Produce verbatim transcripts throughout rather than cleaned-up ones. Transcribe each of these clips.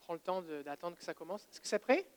prend le temps de, d'attendre que ça commence. Est-ce que c'est prêt?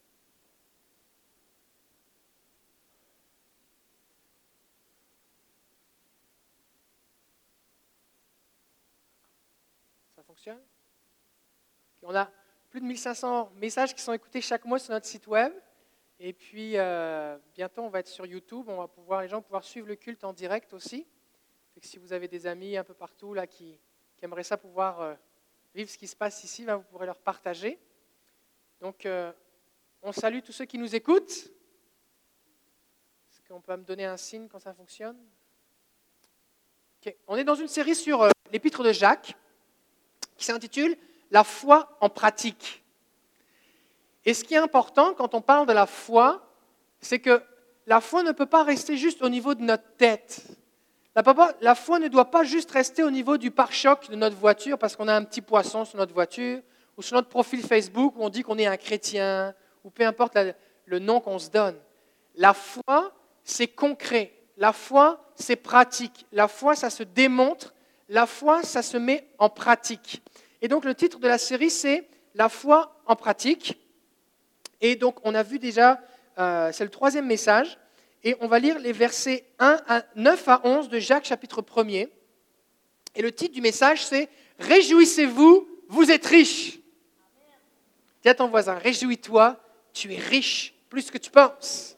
Ça fonctionne? Okay, on a plus de mille cinq cents messages qui sont écoutés chaque mois sur notre site web. Et puis, euh, bientôt, on va être sur YouTube. On va pouvoir, les gens vont pouvoir suivre le culte en direct aussi. Fait que si vous avez des amis un peu partout là, qui, qui aimeraient ça pouvoir euh, vivre ce qui se passe ici, ben, vous pourrez leur partager. Donc, euh, on salue tous ceux qui nous écoutent. Est-ce qu'on peut me donner un signe quand ça fonctionne? Okay. On est dans une série sur euh, l'épître de Jacques qui s'intitule « La foi en pratique ». Et ce qui est important quand on parle de la foi, c'est que la foi ne peut pas rester juste au niveau de notre tête. La, la foi ne doit pas juste rester au niveau du pare-choc de notre voiture parce qu'on a un petit poisson sur notre voiture ou sur notre profil Facebook où on dit qu'on est un chrétien ou peu importe la, le nom qu'on se donne. La foi, c'est concret. La foi, c'est pratique. La foi, ça se démontre. La foi, ça se met en pratique. Et donc, le titre de la série, c'est « La foi en pratique ». Et donc, on a vu déjà, euh, c'est le troisième message, et on va lire les versets un à neuf à onze de Jacques, chapitre premier. Et le titre du message, c'est « Réjouissez-vous, vous êtes riches ». Dis à ton voisin, réjouis-toi, tu es riche, plus que tu penses.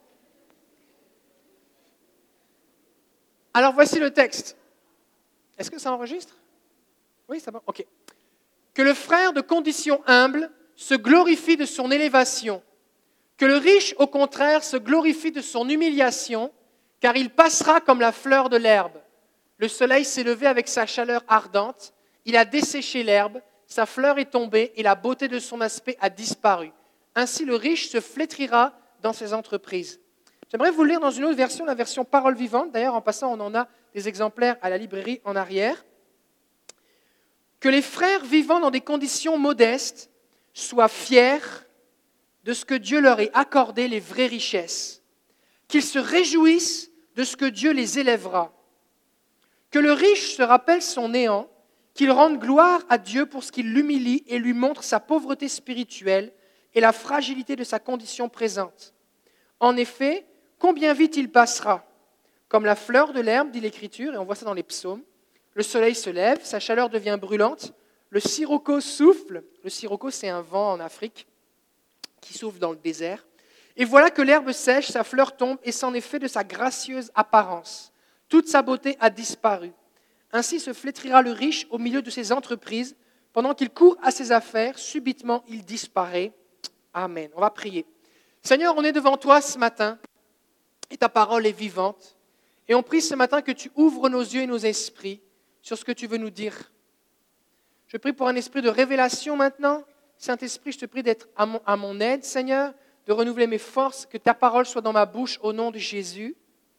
Alors, voici le texte. Est-ce que ça enregistre? Oui, ça va. OK. Que le frère de condition humble se glorifie de son élévation, que le riche, au contraire, se glorifie de son humiliation, car il passera comme la fleur de l'herbe. Le soleil s'est levé avec sa chaleur ardente, il a desséché l'herbe, sa fleur est tombée et la beauté de son aspect a disparu. Ainsi, le riche se flétrira dans ses entreprises. J'aimerais vous lire dans une autre version, la version Parole vivante. D'ailleurs, en passant, on en a des exemplaires à la librairie en arrière. Que les frères vivant dans des conditions modestes soient fiers de ce que Dieu leur ait accordé, les vraies richesses, qu'ils se réjouissent de ce que Dieu les élèvera, que le riche se rappelle son néant, qu'il rende gloire à Dieu pour ce qu'il l'humilie et lui montre sa pauvreté spirituelle et la fragilité de sa condition présente. En effet, combien vite il passera, comme la fleur de l'herbe, dit l'Écriture, et on voit ça dans les psaumes, le soleil se lève, sa chaleur devient brûlante, le sirocco souffle, le sirocco c'est un vent en Afrique qui souffle dans le désert, et voilà que l'herbe sèche, sa fleur tombe et c'en est fait de sa gracieuse apparence. Toute sa beauté a disparu. Ainsi se flétrira le riche au milieu de ses entreprises, pendant qu'il court à ses affaires, subitement il disparaît. Amen. On va prier. Seigneur, on est devant toi ce matin et ta parole est vivante. Et on prie ce matin que tu ouvres nos yeux et nos esprits sur ce que tu veux nous dire. Je prie pour un esprit de révélation maintenant. Saint-Esprit, je te prie d'être à mon, à mon aide, Seigneur, de renouveler mes forces, que ta parole soit dans ma bouche au nom de Jésus.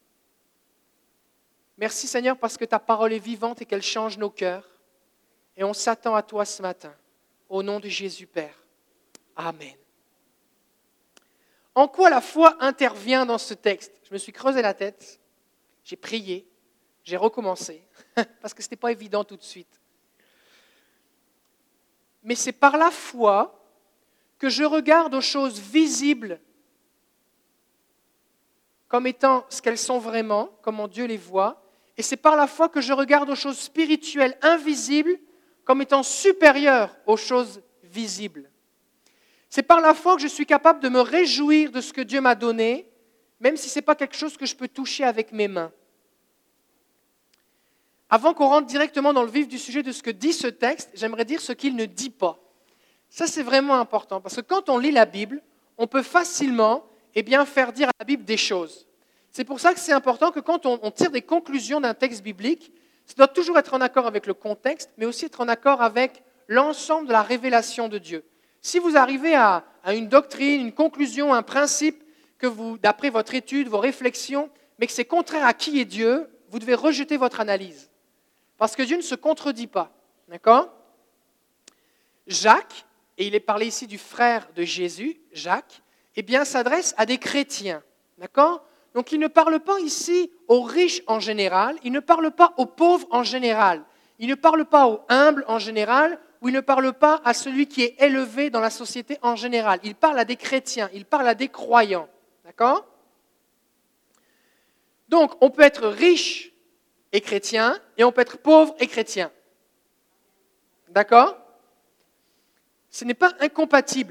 Merci, Seigneur, parce que ta parole est vivante et qu'elle change nos cœurs. Et on s'attend à toi ce matin, au nom de Jésus, Père. Amen. En quoi la foi intervient dans ce texte? Je me suis creusé la tête, j'ai prié, j'ai recommencé, parce que ce n'était pas évident tout de suite. Mais c'est par la foi que je regarde aux choses visibles comme étant ce qu'elles sont vraiment, comment Dieu les voit, et c'est par la foi que je regarde aux choses spirituelles invisibles comme étant supérieures aux choses visibles. C'est par la foi que je suis capable de me réjouir de ce que Dieu m'a donné, même si ce n'est pas quelque chose que je peux toucher avec mes mains. Avant qu'on rentre directement dans le vif du sujet de ce que dit ce texte, j'aimerais dire ce qu'il ne dit pas. Ça, c'est vraiment important, parce que quand on lit la Bible, on peut facilement eh bien, faire dire à la Bible des choses. C'est pour ça que c'est important que quand on, on tire des conclusions d'un texte biblique, ça doit toujours être en accord avec le contexte, mais aussi être en accord avec l'ensemble de la révélation de Dieu. Si vous arrivez à, à une doctrine, une conclusion, un principe, que vous, d'après votre étude, vos réflexions, mais que c'est contraire à qui est Dieu, vous devez rejeter votre analyse. Parce que Dieu ne se contredit pas. D'accord? Jacques, et il est parlé ici du frère de Jésus, Jacques, eh bien, s'adresse à des chrétiens. D'accord? Donc, il ne parle pas ici aux riches en général, il ne parle pas aux pauvres en général, il ne parle pas aux humbles en général ou il ne parle pas à celui qui est élevé dans la société en général. Il parle à des chrétiens, il parle à des croyants. D'accord ? Donc, on peut être riche et chrétien, et on peut être pauvre et chrétien. D'accord ? Ce n'est pas incompatible.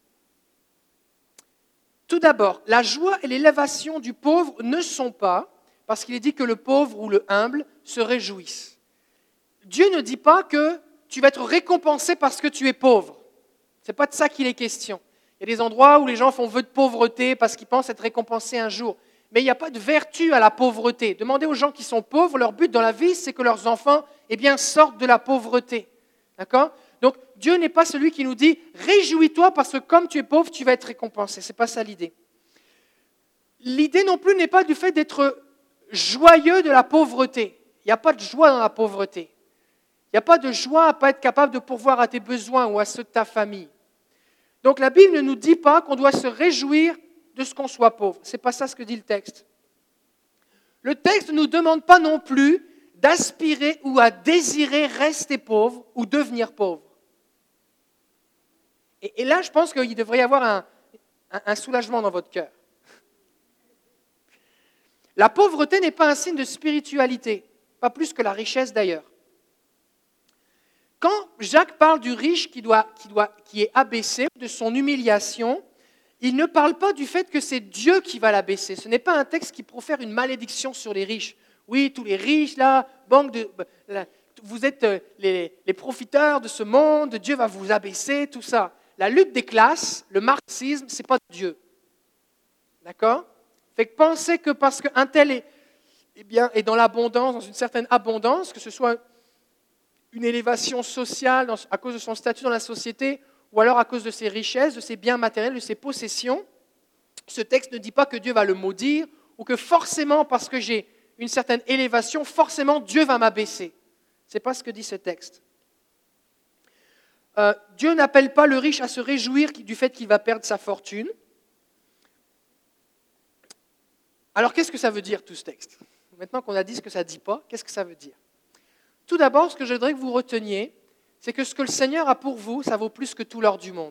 Tout d'abord, la joie et l'élévation du pauvre ne sont pas, parce qu'il est dit que le pauvre ou le humble se réjouissent. Dieu ne dit pas que tu vas être récompensé parce que tu es pauvre. Ce n'est pas de ça qu'il est question. Il y a des endroits où les gens font vœu de pauvreté parce qu'ils pensent être récompensés un jour. Mais il n'y a pas de vertu à la pauvreté. Demandez aux gens qui sont pauvres, leur but dans la vie, c'est que leurs enfants eh bien, sortent de la pauvreté. D'accord ? Donc, Dieu n'est pas celui qui nous dit « Réjouis-toi parce que comme tu es pauvre, tu vas être récompensé ». Ce n'est pas ça l'idée. L'idée non plus n'est pas du fait d'être joyeux de la pauvreté. Il n'y a pas de joie dans la pauvreté. Il n'y a pas de joie à ne pas être capable de pourvoir à tes besoins ou à ceux de ta famille. Donc la Bible ne nous dit pas qu'on doit se réjouir de ce qu'on soit pauvre. Ce n'est pas ça ce que dit le texte. Le texte ne nous demande pas non plus d'aspirer ou à désirer rester pauvre ou devenir pauvre. Et, et là, je pense qu'il devrait y avoir un, un, un soulagement dans votre cœur. La pauvreté n'est pas un signe de spiritualité, pas plus que la richesse d'ailleurs. Quand Jacques parle du riche qui, doit, qui, doit, qui est abaissé, de son humiliation, il ne parle pas du fait que c'est Dieu qui va l'abaisser. Ce n'est pas un texte qui profère une malédiction sur les riches. Oui, tous les riches, là, banque de, là, vous êtes les, les profiteurs de ce monde, Dieu va vous abaisser, tout ça. La lutte des classes, le marxisme, ce n'est pas Dieu. D'accord ? Fait que pensez que parce qu'un tel est, eh bien, est dans l'abondance, dans une certaine abondance, que ce soit une élévation sociale dans, à cause de son statut dans la société, ou alors à cause de ses richesses, de ses biens matériels, de ses possessions, ce texte ne dit pas que Dieu va le maudire, ou que forcément, parce que j'ai une certaine élévation, forcément Dieu va m'abaisser. Ce n'est pas ce que dit ce texte. Euh, Dieu n'appelle pas le riche à se réjouir du fait qu'il va perdre sa fortune. Alors qu'est-ce que ça veut dire tout ce texte ? Maintenant qu'on a dit ce que ça ne dit pas, qu'est-ce que ça veut dire ? Tout d'abord, ce que je voudrais que vous reteniez, c'est que ce que le Seigneur a pour vous, ça vaut plus que tout l'or du monde.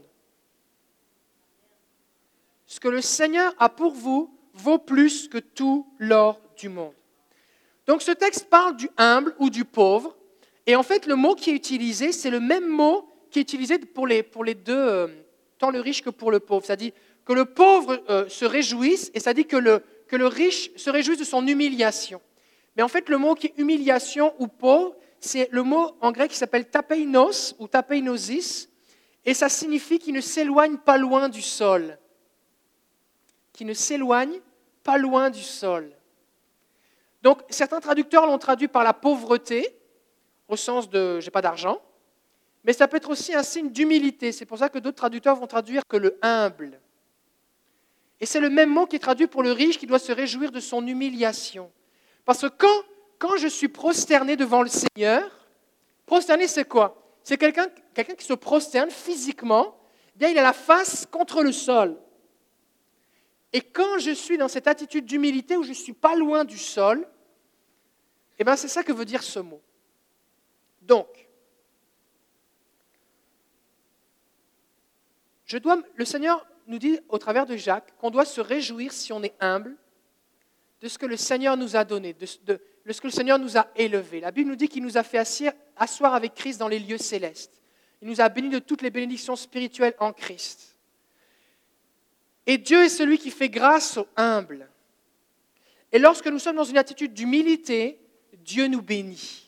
Ce que le Seigneur a pour vous vaut plus que tout l'or du monde. Donc ce texte parle du humble ou du pauvre, et en fait le mot qui est utilisé, c'est le même mot qui est utilisé pour les, pour les deux, euh, tant le riche que pour le pauvre. Ça dit que le pauvre euh, se réjouisse, et ça dit que le, que le riche se réjouisse de son humiliation. Mais en fait le mot qui est humiliation ou pauvre, c'est le mot en grec qui s'appelle tapeinos ou tapeinosis, et ça signifie qu'il ne s'éloigne pas loin du sol. Qui ne s'éloigne pas loin du sol. Donc, certains traducteurs l'ont traduit par la pauvreté, au sens de « j'ai pas d'argent », mais ça peut être aussi un signe d'humilité. C'est pour ça que d'autres traducteurs vont traduire que le humble. Et c'est le même mot qui est traduit pour le riche qui doit se réjouir de son humiliation. Parce que quand, quand je suis prosterné devant le Seigneur, prosterné c'est quoi ? C'est quelqu'un, quelqu'un qui se prosterne physiquement, bien il a la face contre le sol. Et quand je suis dans cette attitude d'humilité où je ne suis pas loin du sol, eh bien c'est ça que veut dire ce mot. Donc, je dois, le Seigneur nous dit au travers de Jacques qu'on doit se réjouir si on est humble de ce que le Seigneur nous a donné, de, de, de ce que le Seigneur nous a élevé. La Bible nous dit qu'il nous a fait asseoir, asseoir avec Christ dans les lieux célestes. Il nous a bénis de toutes les bénédictions spirituelles en Christ. Et Dieu est celui qui fait grâce aux humbles. Et lorsque nous sommes dans une attitude d'humilité, Dieu nous bénit.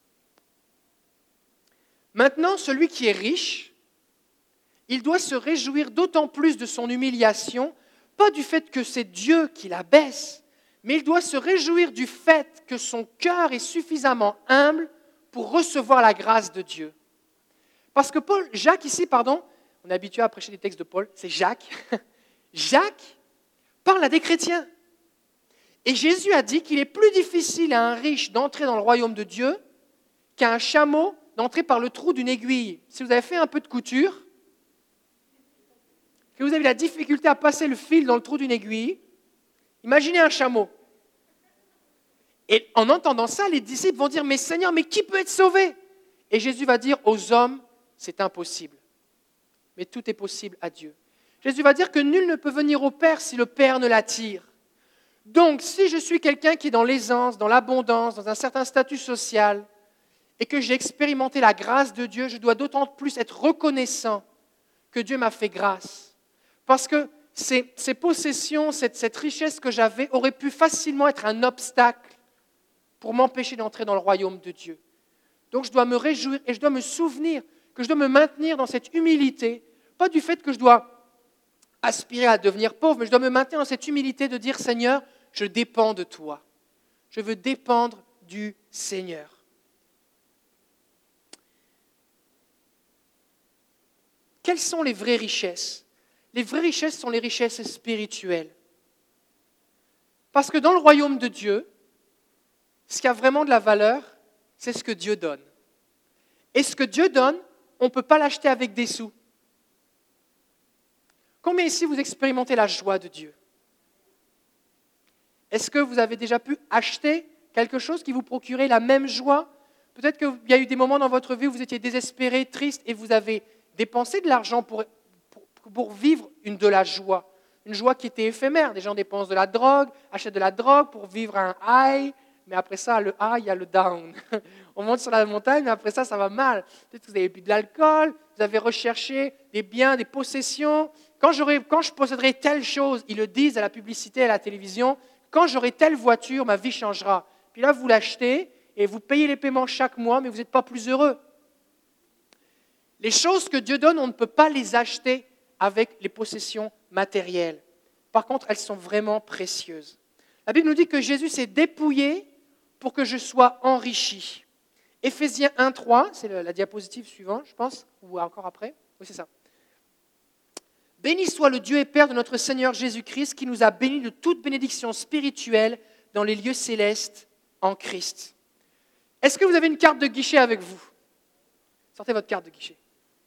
Maintenant, celui qui est riche, il doit se réjouir d'autant plus de son humiliation, pas du fait que c'est Dieu qui l'abaisse, mais il doit se réjouir du fait que son cœur est suffisamment humble pour recevoir la grâce de Dieu. Parce que Paul, Jacques ici, pardon, on est habitué à prêcher des textes de Paul, c'est Jacques. Jacques parle à des chrétiens. Et Jésus a dit qu'il est plus difficile à un riche d'entrer dans le royaume de Dieu qu'à un chameau d'entrer par le trou d'une aiguille. Si vous avez fait un peu de couture, que vous avez la difficulté à passer le fil dans le trou d'une aiguille, imaginez un chameau. Et en entendant ça, les disciples vont dire « Mais Seigneur, mais qui peut être sauvé ?» Et Jésus va dire aux hommes c'est impossible. Mais tout est possible à Dieu. Jésus va dire que nul ne peut venir au Père si le Père ne l'attire. Donc, si je suis quelqu'un qui est dans l'aisance, dans l'abondance, dans un certain statut social, et que j'ai expérimenté la grâce de Dieu, je dois d'autant plus être reconnaissant que Dieu m'a fait grâce. Parce que ces, ces possessions, cette, cette richesse que j'avais, auraient pu facilement être un obstacle pour m'empêcher d'entrer dans le royaume de Dieu. Donc, je dois me réjouir et je dois me souvenir que je dois me maintenir dans cette humilité, pas du fait que je dois aspirer à devenir pauvre, mais je dois me maintenir dans cette humilité de dire « Seigneur, je dépends de toi. Je veux dépendre du Seigneur. » Quelles sont les vraies richesses? Les vraies richesses sont les richesses spirituelles. Parce que dans le royaume de Dieu, ce qui a vraiment de la valeur, c'est ce que Dieu donne. Et ce que Dieu donne, on ne peut pas l'acheter avec des sous. Combien ici vous expérimentez la joie de Dieu? Est-ce que vous avez déjà pu acheter quelque chose qui vous procurait la même joie? Peut-être qu'il y a eu des moments dans votre vie où vous étiez désespéré, triste, et vous avez dépensé de l'argent pour, pour, pour vivre une, de la joie. Une joie qui était éphémère. Des gens dépensent de la drogue, achètent de la drogue pour vivre un high, mais après ça, le high, il y a le down. On monte sur la montagne, mais après ça, ça va mal. Peut-être que vous avez bu de l'alcool, vous avez recherché des biens, des possessions. Quand, j'aurai, quand je posséderai telle chose, ils le disent à la publicité, à la télévision, quand j'aurai telle voiture, ma vie changera. Puis là, vous l'achetez et vous payez les paiements chaque mois, mais vous n'êtes pas plus heureux. Les choses que Dieu donne, on ne peut pas les acheter avec les possessions matérielles. Par contre, elles sont vraiment précieuses. La Bible nous dit que Jésus s'est dépouillé pour que je sois enrichi. Éphésiens un trois, c'est la diapositive suivante, je pense, ou encore après. Oui, c'est ça. Béni soit le Dieu et Père de notre Seigneur Jésus-Christ, qui nous a bénis de toute bénédiction spirituelle dans les lieux célestes en Christ. Est-ce que vous avez une carte de guichet avec vous? Sortez votre carte de guichet.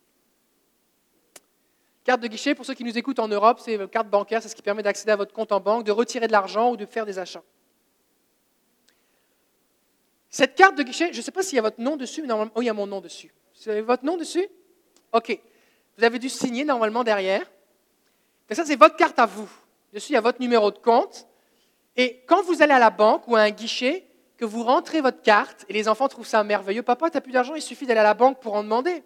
Carte de guichet, pour ceux qui nous écoutent en Europe, c'est votre carte bancaire, c'est ce qui permet d'accéder à votre compte en banque, de retirer de l'argent ou de faire des achats. Cette carte de guichet, je ne sais pas s'il y a votre nom dessus, mais normalement, oh, il y a mon nom dessus. Vous avez votre nom dessus? OK. Vous avez dû signer normalement derrière. Et ça, c'est votre carte à vous. Dessus, il y a votre numéro de compte. Et quand vous allez à la banque ou à un guichet, que vous rentrez votre carte, et les enfants trouvent ça merveilleux, papa, tu n'as plus d'argent, il suffit d'aller à la banque pour en demander.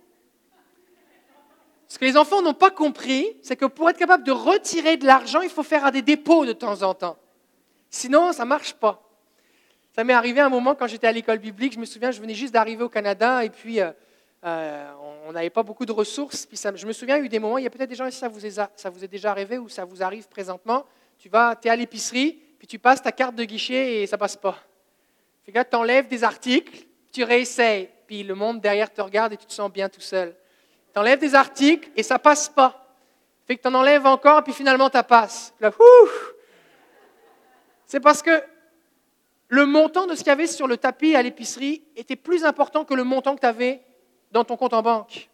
Ce que les enfants n'ont pas compris, c'est que pour être capable de retirer de l'argent, il faut faire des dépôts de temps en temps. Sinon, ça ne marche pas. Ça m'est arrivé un moment quand j'étais à l'école biblique, je me souviens, je venais juste d'arriver au Canada, et puis euh, euh, on n'avait pas beaucoup de ressources. Puis ça, je me souviens, il y a eu des moments, il y a peut-être des gens ici, ça vous est, ça vous est déjà arrivé ou ça vous arrive présentement, tu vas, tu es à l'épicerie, puis tu passes ta carte de guichet et ça ne passe pas. Fait que là, tu enlèves des articles, tu réessayes, puis le monde derrière te regarde et tu te sens bien tout seul. Tu enlèves des articles et ça ne passe pas. Fait que tu en enlèves encore, puis finalement, ça passe. Là, ouf! C'est parce que le montant de ce qu'il y avait sur le tapis à l'épicerie était plus important que le montant que tu avais dans ton compte en banque.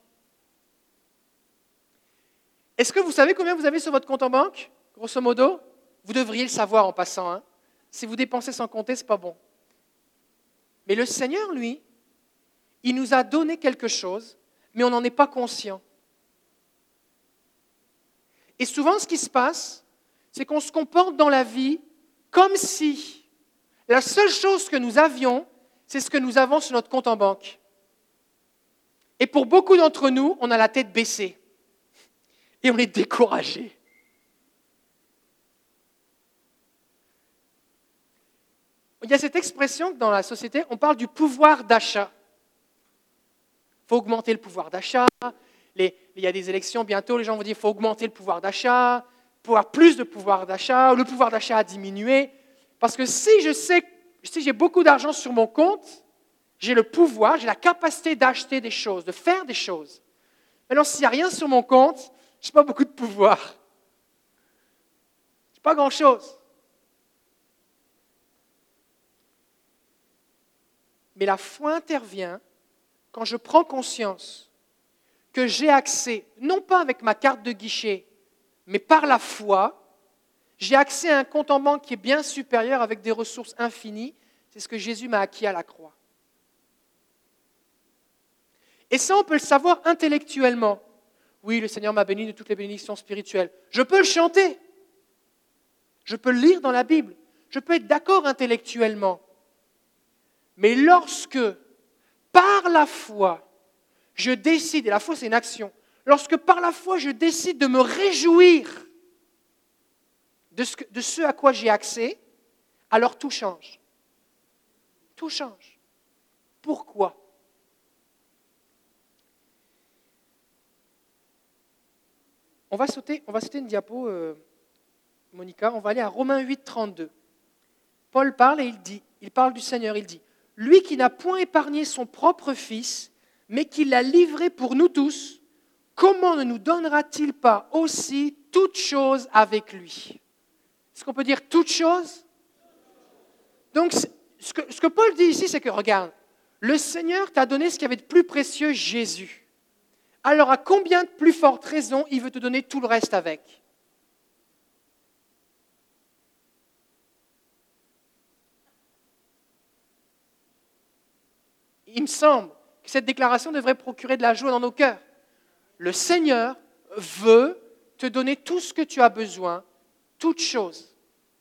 Est-ce que vous savez combien vous avez sur votre compte en banque, grosso modo? Vous devriez le savoir en passant. Hein? Si vous dépensez sans compter, ce n'est pas bon. Mais le Seigneur, lui, il nous a donné quelque chose, mais on n'en est pas conscient. Et souvent, ce qui se passe, c'est qu'on se comporte dans la vie comme si la seule chose que nous avions, c'est ce que nous avons sur notre compte en banque. Et pour beaucoup d'entre nous, on a la tête baissée. Et on est découragé. Il y a cette expression que dans la société, on parle du pouvoir d'achat. Il faut augmenter le pouvoir d'achat. Les, il y a des élections bientôt, les gens vont dire qu'il faut augmenter le pouvoir d'achat, pour avoir plus de pouvoir d'achat, le pouvoir d'achat a diminué. Parce que si je sais, si j'ai beaucoup d'argent sur mon compte, j'ai le pouvoir, j'ai la capacité d'acheter des choses, de faire des choses. Maintenant, s'il n'y a rien sur mon compte, je n'ai pas beaucoup de pouvoir. Je n'ai pas grand-chose. Mais la foi intervient quand je prends conscience que j'ai accès, non pas avec ma carte de guichet, mais par la foi, j'ai accès à un compte en banque qui est bien supérieur avec des ressources infinies. C'est ce que Jésus m'a acquis à la croix. Et ça, on peut le savoir intellectuellement. Oui, le Seigneur m'a béni de toutes les bénédictions spirituelles. Je peux le chanter. Je peux le lire dans la Bible. Je peux être d'accord intellectuellement. Mais lorsque, par la foi, je décide, et la foi c'est une action, lorsque par la foi je décide de me réjouir de ce, que, de ce à quoi j'ai accès, alors tout change. Tout change. Pourquoi ? On va sauter, on va sauter une diapo, euh, Monica, on va aller à Romains huit, trente-deux. Paul parle et il dit, il parle du Seigneur, il dit, « Lui qui n'a point épargné son propre Fils, mais qui l'a livré pour nous tous, comment ne nous donnera-t-il pas aussi toutes choses avec lui ?» Est-ce qu'on peut dire toutes choses ? Donc, ce que, ce que Paul dit ici, c'est que, regarde, le Seigneur t'a donné ce qu'il y avait de plus précieux, Jésus. Alors, à combien de plus forte raison il veut te donner tout le reste avec ? Il me semble que cette déclaration devrait procurer de la joie dans nos cœurs. Le Seigneur veut te donner tout ce que tu as besoin, toutes choses.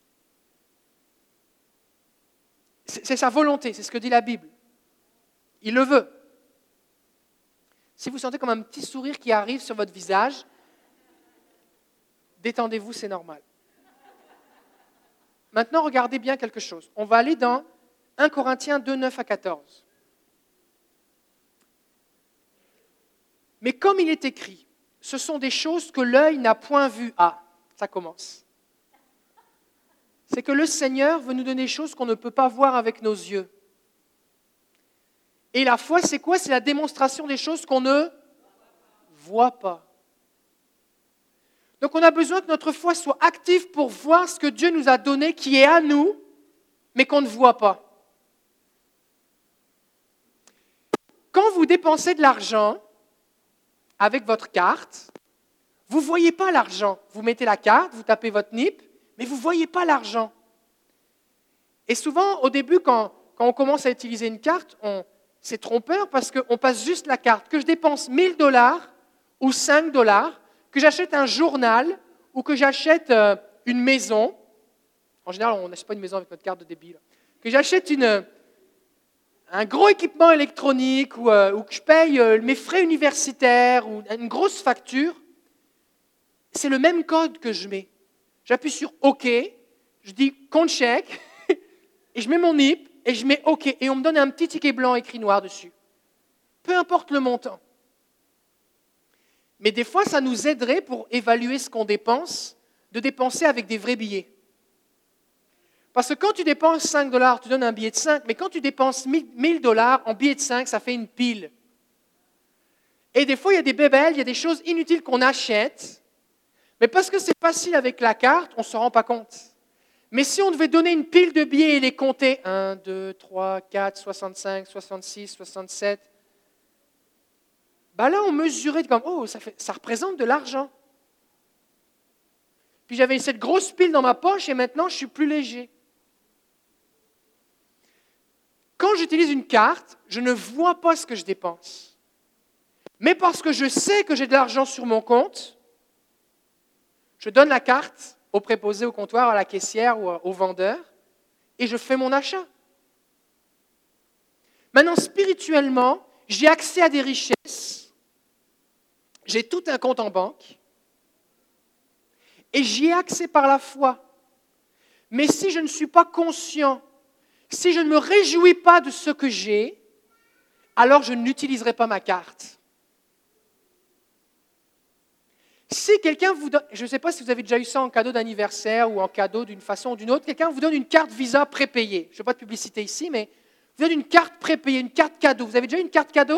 C'est, c'est sa volonté, c'est ce que dit la Bible. Il le veut. Si vous sentez comme un petit sourire qui arrive sur votre visage, détendez-vous, c'est normal. Maintenant, regardez bien quelque chose. On va aller dans un Corinthiens deux, neuf à quatorze. Mais comme il est écrit, ce sont des choses que l'œil n'a point vues. Ah, ça commence. C'est que le Seigneur veut nous donner des choses qu'on ne peut pas voir avec nos yeux. Et la foi, c'est quoi ? C'est la démonstration des choses qu'on ne voit pas. Donc on a besoin que notre foi soit active pour voir ce que Dieu nous a donné, qui est à nous, mais qu'on ne voit pas. Quand vous dépensez de l'argent avec votre carte, vous ne voyez pas l'argent. Vous mettez la carte, vous tapez votre N I P, mais vous ne voyez pas l'argent. Et souvent, au début, quand, quand on commence à utiliser une carte, on, c'est trompeur parce qu'on passe juste la carte. Que je dépense mille dollars ou cinq dollars, que j'achète un journal ou que j'achète euh, une maison. En général, on n'achète pas une maison avec notre carte de débit. Là. Que j'achète une, un gros équipement électronique ou, euh, ou que je paye euh, mes frais universitaires ou une grosse facture. C'est le même code que je mets. J'appuie sur OK, je dis compte chèque, et je mets mon N I P, et je mets OK, et on me donne un petit ticket blanc écrit noir dessus. Peu importe le montant. Mais des fois, ça nous aiderait pour évaluer ce qu'on dépense, de dépenser avec des vrais billets. Parce que quand tu dépenses cinq dollars, tu donnes un billet de cinq, mais quand tu dépenses mille dollars en billet de cinq, ça fait une pile. Et des fois, il y a des bébelles, il y a des choses inutiles qu'on achète, mais parce que c'est facile avec la carte, on ne se rend pas compte. Mais si on devait donner une pile de billets et les compter, un, deux, trois, quatre, soixante-cinq, soixante-six, soixante-sept, ben là on mesurait comme, oh, ça, fait, ça représente de l'argent. Puis j'avais cette grosse pile dans ma poche et maintenant je suis plus léger. Quand j'utilise une carte, je ne vois pas ce que je dépense. Mais parce que je sais que j'ai de l'argent sur mon compte, je donne la carte au préposé au comptoir, à la caissière ou au vendeur, et je fais mon achat. Maintenant, spirituellement, j'ai accès à des richesses, j'ai tout un compte en banque, et j'y ai accès par la foi. Mais si je ne suis pas conscient, si je ne me réjouis pas de ce que j'ai, alors je n'utiliserai pas ma carte. Si quelqu'un vous donne, je ne sais pas si vous avez déjà eu ça en cadeau d'anniversaire ou en cadeau d'une façon ou d'une autre, quelqu'un vous donne une carte Visa prépayée. Je ne fais pas de publicité ici, mais vous donne une carte prépayée, une carte cadeau. Vous avez déjà eu une carte cadeau ?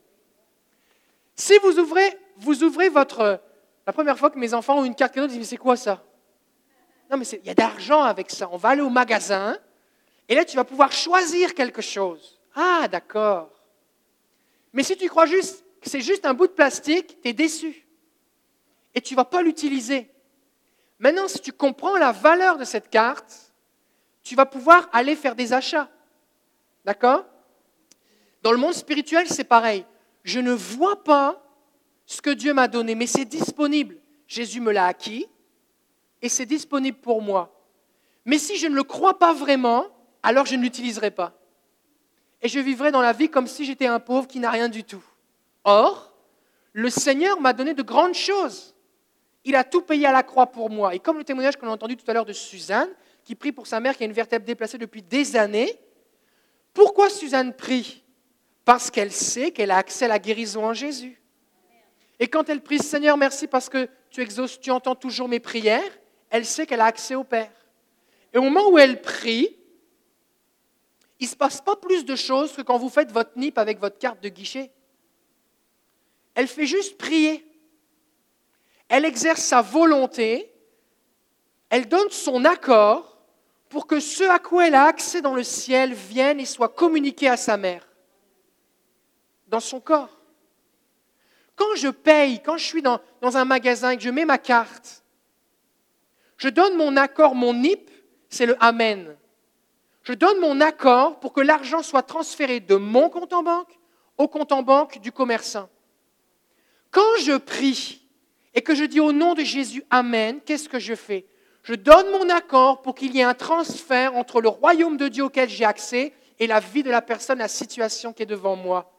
Si vous ouvrez, vous ouvrez votre... La première fois que mes enfants ont une carte cadeau, ils disent, mais c'est quoi ça ? Non, mais il y a d'argent avec ça. On va aller au magasin et là, tu vas pouvoir choisir quelque chose. Ah, d'accord. Mais si tu crois juste que c'est juste un bout de plastique, tu es déçu. Et tu ne vas pas l'utiliser. Maintenant, si tu comprends la valeur de cette carte, tu vas pouvoir aller faire des achats. D'accord ? Dans le monde spirituel, c'est pareil. je ne vois pas ce que Dieu m'a donné, mais c'est disponible. Jésus me l'a acquis et c'est disponible pour moi. Mais si je ne le crois pas vraiment, alors je ne l'utiliserai pas. Et je vivrai dans la vie comme si j'étais un pauvre qui n'a rien du tout. Or, le Seigneur m'a donné de grandes choses. Il a tout payé à la croix pour moi. Et comme le témoignage qu'on a entendu tout à l'heure de Suzanne, qui prie pour sa mère qui a une vertèbre déplacée depuis des années, pourquoi Suzanne prie ? Parce qu'elle sait qu'elle a accès à la guérison en Jésus. Et quand elle prie, Seigneur, merci parce que tu exauces, tu entends toujours mes prières, elle sait qu'elle a accès au Père. Et au moment où elle prie, il ne se passe pas plus de choses que quand vous faites votre N I P avec votre carte de guichet. Elle fait juste prier. Elle exerce sa volonté, elle donne son accord pour que ce à quoi elle a accès dans le ciel vienne et soit communiqué à sa mère, dans son corps. Quand je paye, quand je suis dans, dans un magasin et que je mets ma carte, je donne mon accord, mon N I P, c'est le Amen. Je donne mon accord pour que l'argent soit transféré de mon compte en banque au compte en banque du commerçant. Quand je prie et que je dis au nom de Jésus Amen, qu'est-ce que je fais ? Je donne mon accord pour qu'il y ait un transfert entre le royaume de Dieu auquel j'ai accès et la vie de la personne, la situation qui est devant moi.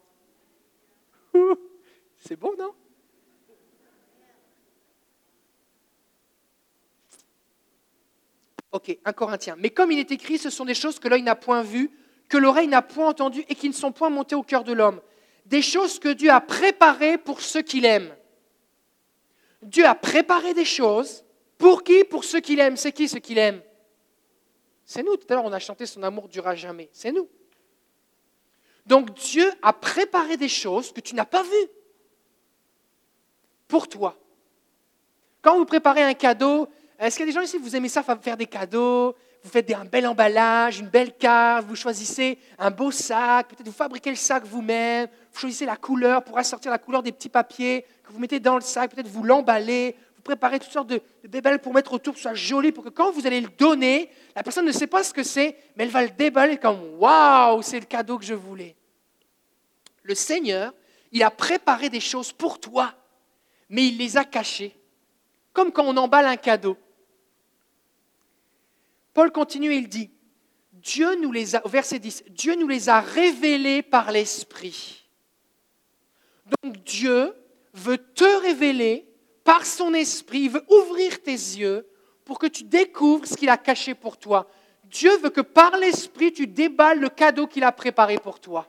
C'est beau, non ? Ok, un Corinthien. Mais comme il est écrit, ce sont des choses que l'œil n'a point vues, que l'oreille n'a point entendues et qui ne sont point montées au cœur de l'homme. Des choses que Dieu a préparées pour ceux qu'il aime. Dieu a préparé des choses. Pour qui ? Pour ceux qu'il aime. C'est qui ceux qu'il aime ? C'est nous. Tout à l'heure, on a chanté « Son amour durera jamais ». C'est nous. Donc Dieu a préparé des choses que tu n'as pas vues. Pour toi. Quand vous préparez un cadeau, est-ce qu'il y a des gens ici, vous aimez ça, faire des cadeaux, vous faites un bel emballage, une belle carte, vous choisissez un beau sac, peut-être vous fabriquez le sac vous-même, vous choisissez la couleur pour assortir la couleur des petits papiers que vous mettez dans le sac, peut-être vous l'emballez, vous préparez toutes sortes de, de bébelles pour mettre autour, que ce soit joli, pour que quand vous allez le donner, la personne ne sait pas ce que c'est, mais elle va le déballer comme « Waouh, c'est le cadeau que je voulais ». Le Seigneur, il a préparé des choses pour toi, mais il les a cachées, comme quand on emballe un cadeau. Paul continue et il dit, Dieu nous les a, au verset dix, Dieu nous les a révélés par l'Esprit. Donc Dieu veut te révéler par son Esprit, il veut ouvrir tes yeux pour que tu découvres ce qu'il a caché pour toi. Dieu veut que par l'Esprit, tu déballes le cadeau qu'il a préparé pour toi.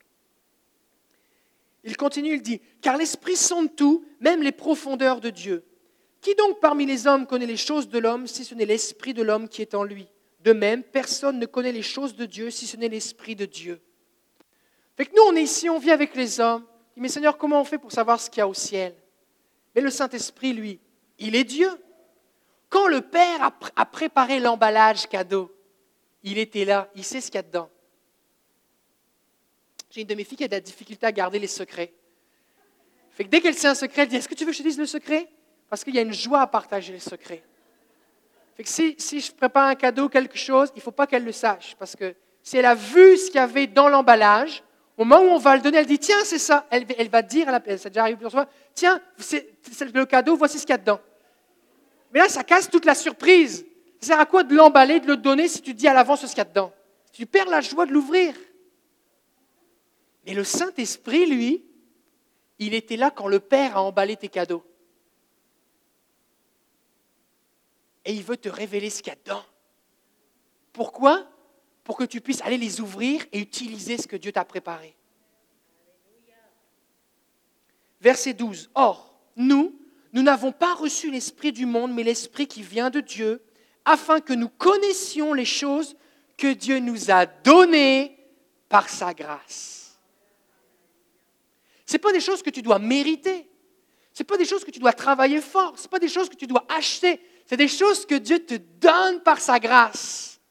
Il continue, il dit, car l'Esprit sonde tout, même les profondeurs de Dieu. Qui donc parmi les hommes connaît les choses de l'homme si ce n'est l'esprit de l'homme qui est en lui ? De même, personne ne connaît les choses de Dieu si ce n'est l'esprit de Dieu. Fait que nous, on est ici, on vit avec les hommes. On dit, mais Seigneur, comment on fait pour savoir ce qu'il y a au ciel ? Mais le Saint-Esprit, lui, il est Dieu. Quand le Père a, pr- a préparé l'emballage cadeau, il était là, il sait ce qu'il y a dedans. J'ai une de mes filles qui a de la difficulté à garder les secrets. Fait que dès qu'elle sait un secret, elle dit, est-ce que tu veux que je te dise le secret ? Parce qu'il y a une joie à partager les secrets. Fait que si, si je prépare un cadeau, quelque chose, il ne faut pas qu'elle le sache. Parce que si elle a vu ce qu'il y avait dans l'emballage, au moment où on va le donner, elle dit, tiens, c'est ça. Elle, elle va dire, elle, ça déjà arrivé plusieurs fois, tiens, c'est, c'est le cadeau, voici ce qu'il y a dedans. Mais là, ça casse toute la surprise. Ça sert à quoi de l'emballer, de le donner si tu dis à l'avance ce qu'il y a dedans ? Tu perds la joie de l'ouvrir. Mais le Saint-Esprit, lui, il était là quand le Père a emballé tes cadeaux. Et il veut te révéler ce qu'il y a dedans. Pourquoi ? Pour que tu puisses aller les ouvrir et utiliser ce que Dieu t'a préparé. Verset douze. Or, nous, nous n'avons pas reçu l'esprit du monde, mais l'esprit qui vient de Dieu, afin que nous connaissions les choses que Dieu nous a données par sa grâce. Ce n'est pas des choses que tu dois mériter. Ce n'est pas des choses que tu dois travailler fort. Ce n'est pas des choses que tu dois acheter. C'est des choses que Dieu te donne par sa grâce.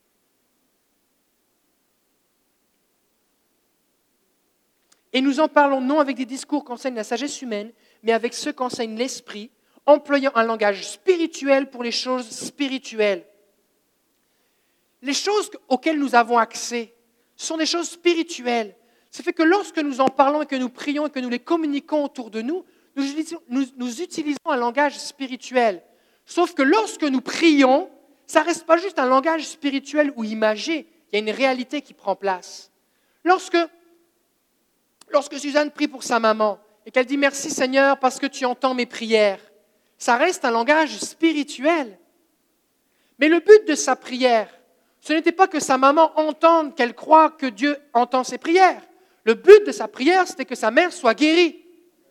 Et nous en parlons non avec des discours qu'enseigne la sagesse humaine, mais avec ceux qu'enseigne l'Esprit, employant un langage spirituel pour les choses spirituelles. Les choses auxquelles nous avons accès sont des choses spirituelles. Ça fait que lorsque nous en parlons et que nous prions et que nous les communiquons autour de nous, nous utilisons, nous, nous utilisons un langage spirituel. Sauf que lorsque nous prions, ça ne reste pas juste un langage spirituel ou imagé, il y a une réalité qui prend place. Lorsque, lorsque Suzanne prie pour sa maman et qu'elle dit « Merci Seigneur parce que tu entends mes prières », ça reste un langage spirituel. Mais le but de sa prière, ce n'était pas que sa maman entende qu'elle croit que Dieu entend ses prières. Le but de sa prière, c'était que sa mère soit guérie.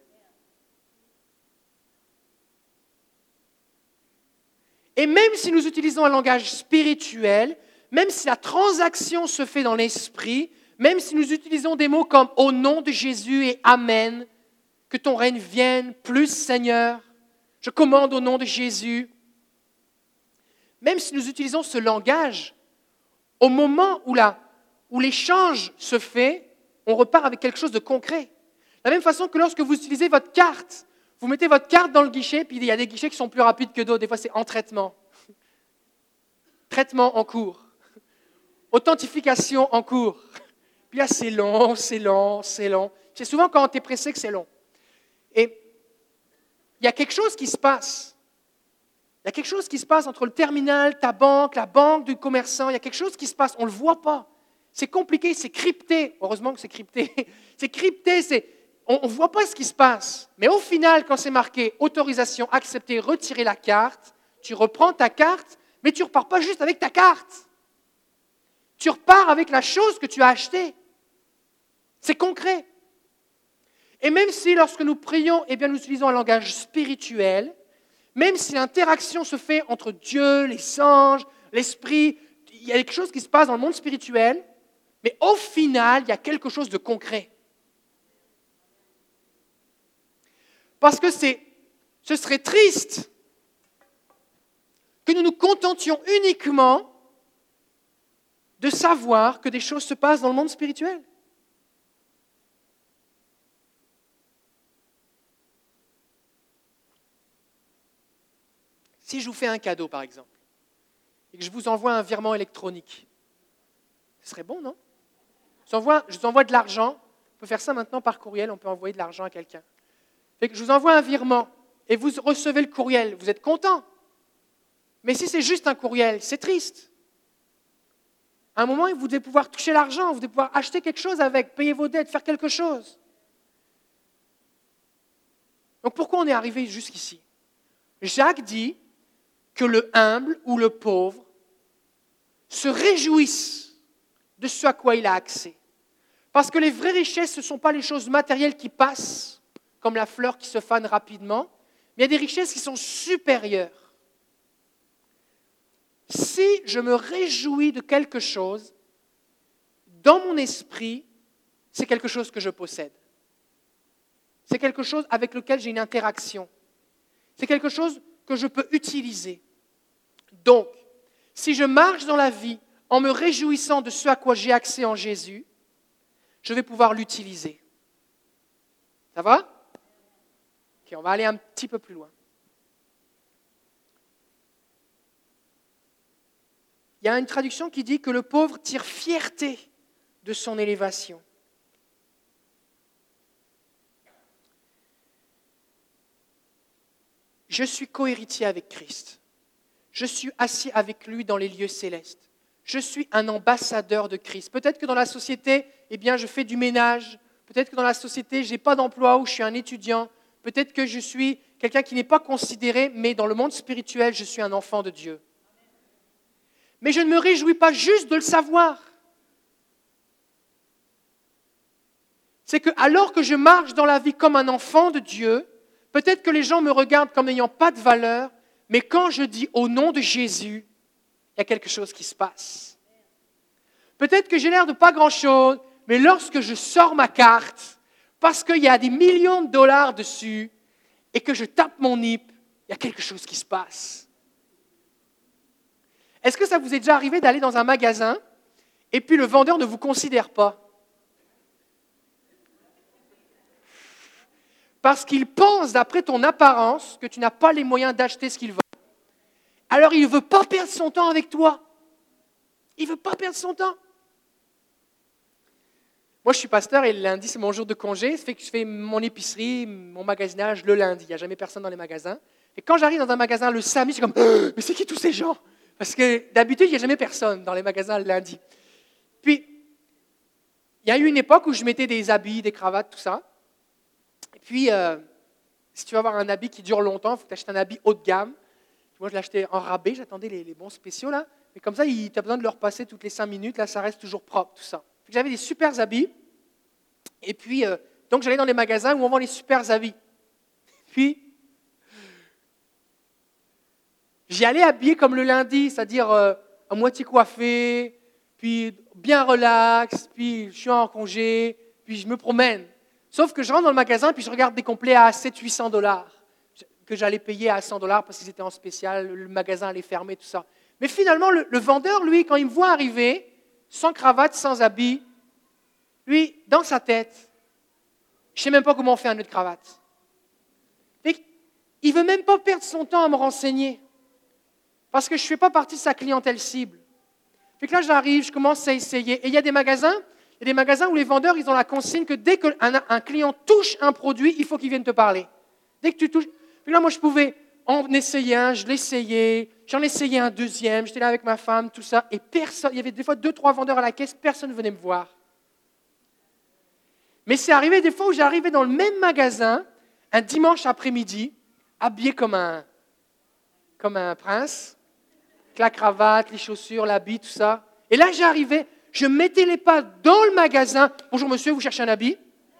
Et même si nous utilisons un langage spirituel, même si la transaction se fait dans l'esprit, même si nous utilisons des mots comme « au nom de Jésus » et « Amen », que ton règne vienne, plus Seigneur, je commande au nom de Jésus. Même si nous utilisons ce langage, au moment où, la, où l'échange se fait, on repart avec quelque chose de concret. De la même façon que lorsque vous utilisez votre carte, vous mettez votre carte dans le guichet, puis il y a des guichets qui sont plus rapides que d'autres. Des fois, c'est en traitement. Traitement en cours. Authentification en cours. Puis là, c'est long, c'est long, c'est long. C'est souvent quand tu es pressé que c'est long. Et il y a quelque chose qui se passe. Il y a quelque chose qui se passe entre le terminal, ta banque, la banque du commerçant. Il y a quelque chose qui se passe. On ne le voit pas. C'est compliqué, c'est crypté. Heureusement que c'est crypté. C'est crypté, c'est... on ne voit pas ce qui se passe. Mais au final, quand c'est marqué « autorisation acceptée, retirer la carte », tu reprends ta carte, mais tu ne repars pas juste avec ta carte. Tu repars avec la chose que tu as achetée. C'est concret. Et même si lorsque nous prions, eh bien, nous utilisons un langage spirituel, même si l'interaction se fait entre Dieu, les anges, l'esprit, il y a quelque chose qui se passe dans le monde spirituel, mais au final, il y a quelque chose de concret. Parce que c'est, ce serait triste que nous nous contentions uniquement de savoir que des choses se passent dans le monde spirituel. Si je vous fais un cadeau, par exemple, et que je vous envoie un virement électronique, ce serait bon, non? Je vous envoie, je vous envoie de l'argent, on peut faire ça maintenant par courriel, on peut envoyer de l'argent à quelqu'un. Fait que je vous envoie un virement, et vous recevez le courriel, vous êtes content. Mais si c'est juste un courriel, c'est triste. À un moment, vous devez pouvoir toucher l'argent, vous devez pouvoir acheter quelque chose avec, payer vos dettes, faire quelque chose. Donc pourquoi on est arrivé jusqu'ici? Jacques dit que le humble ou le pauvre se réjouisse de ce à quoi il a accès. Parce que les vraies richesses, ce ne sont pas les choses matérielles qui passent, comme la fleur qui se fane rapidement, mais il y a des richesses qui sont supérieures. Si je me réjouis de quelque chose, dans mon esprit, c'est quelque chose que je possède. C'est quelque chose avec lequel j'ai une interaction. C'est quelque chose que je peux utiliser. Donc, si je marche dans la vie en me réjouissant de ce à quoi j'ai accès en Jésus, je vais pouvoir l'utiliser. Ça va? Ok, on va aller un petit peu plus loin. Il y a une traduction qui dit que le pauvre tire fierté de son élévation. Je suis cohéritier avec Christ. Je suis assis avec lui dans les lieux célestes. Je suis un ambassadeur de Christ. Peut-être que dans la société, eh bien, je fais du ménage. Peut-être que dans la société, je n'ai pas d'emploi ou je suis un étudiant. Peut-être que je suis quelqu'un qui n'est pas considéré, mais dans le monde spirituel, je suis un enfant de Dieu. Mais je ne me réjouis pas juste de le savoir. C'est que alors que je marche dans la vie comme un enfant de Dieu, peut-être que les gens me regardent comme n'ayant pas de valeur, mais quand je dis au nom de Jésus, il y a quelque chose qui se passe. Peut-être que j'ai l'air de pas grand-chose, mais lorsque je sors ma carte, parce qu'il y a des millions de dollars dessus, et que je tape mon I P, il y a quelque chose qui se passe. Est-ce que ça vous est déjà arrivé d'aller dans un magasin, et puis le vendeur ne vous considère pas? Parce qu'il pense, d'après ton apparence, que tu n'as pas les moyens d'acheter ce qu'il veut. Alors il ne veut pas perdre son temps avec toi. Il ne veut pas perdre son temps. Moi, je suis pasteur et le lundi, c'est mon jour de congé. Ça fait que je fais mon épicerie, mon magasinage le lundi. Il n'y a jamais personne dans les magasins. Et quand j'arrive dans un magasin le samedi, je suis comme oh, « Mais c'est qui tous ces gens ?» Parce que d'habitude, il n'y a jamais personne dans les magasins le lundi. Puis, il y a eu une époque où je mettais des habits, des cravates, tout ça. Et puis, euh, si tu veux avoir un habit qui dure longtemps, il faut que tu achètes un habit haut de gamme. Moi, je l'achetais en rabais, j'attendais les, les bons spéciaux, là. Mais comme ça, tu as besoin de le repasser toutes les cinq minutes, là, ça reste toujours propre, tout ça. J'avais des super habits. Et puis, euh, donc, j'allais dans les magasins où on vend les super habits. Puis, j'y allais habillé comme le lundi, c'est-à-dire euh, à moitié coiffé, puis bien relax, puis je suis en congé, puis je me promène. Sauf que je rentre dans le magasin, puis je regarde des complets à sept cents à huit cents dollars, que j'allais payer à cent dollars parce qu'ils étaient en spécial, le magasin allait fermer, tout ça. Mais finalement, le, le vendeur, lui, quand il me voit arriver, sans cravate, sans habit, lui, dans sa tête, je ne sais même pas comment on fait un nœud de cravate. Et il ne veut même pas perdre son temps à me renseigner, parce que je ne fais pas partie de sa clientèle cible. Fait que là, j'arrive, je commence à essayer. Et il y a des magasins, il y a des magasins où les vendeurs, ils ont la consigne que dès qu'un un client touche un produit, il faut qu'il vienne te parler. Dès que tu touches... Puis là, moi, je pouvais en essayer un, je l'essayais, j'en essayais un deuxième, j'étais là avec ma femme, tout ça, et personne, il y avait des fois deux, trois vendeurs à la caisse, personne ne venait me voir. Mais c'est arrivé des fois où j'arrivais dans le même magasin, un dimanche après-midi, habillé comme un, comme un prince, avec la cravate, les chaussures, l'habit, tout ça. Et là, j'arrivais, je mettais les pas dans le magasin. « Bonjour monsieur, vous cherchez un habit ?»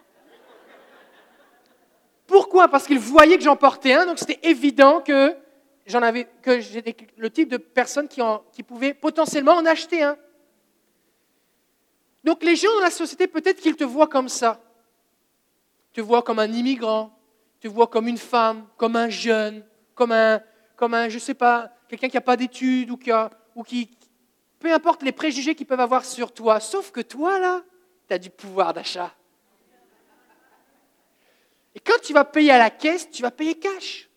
Pourquoi? Parce qu'ils voyaient que j'en portais un, donc c'était évident que j'en avais, que j'étais le type de personne qui, en, qui pouvait potentiellement en acheter un. Donc les gens dans la société, peut-être qu'ils te voient comme ça. Ils te voient comme un immigrant, ils te voient comme une femme, comme un jeune, comme un, comme un je ne sais pas, quelqu'un qui n'a pas d'études ou qui a, ou qui... Peu importe les préjugés qu'ils peuvent avoir sur toi, sauf que toi, là, tu as du pouvoir d'achat. Et quand tu vas payer à la caisse, tu vas payer cash.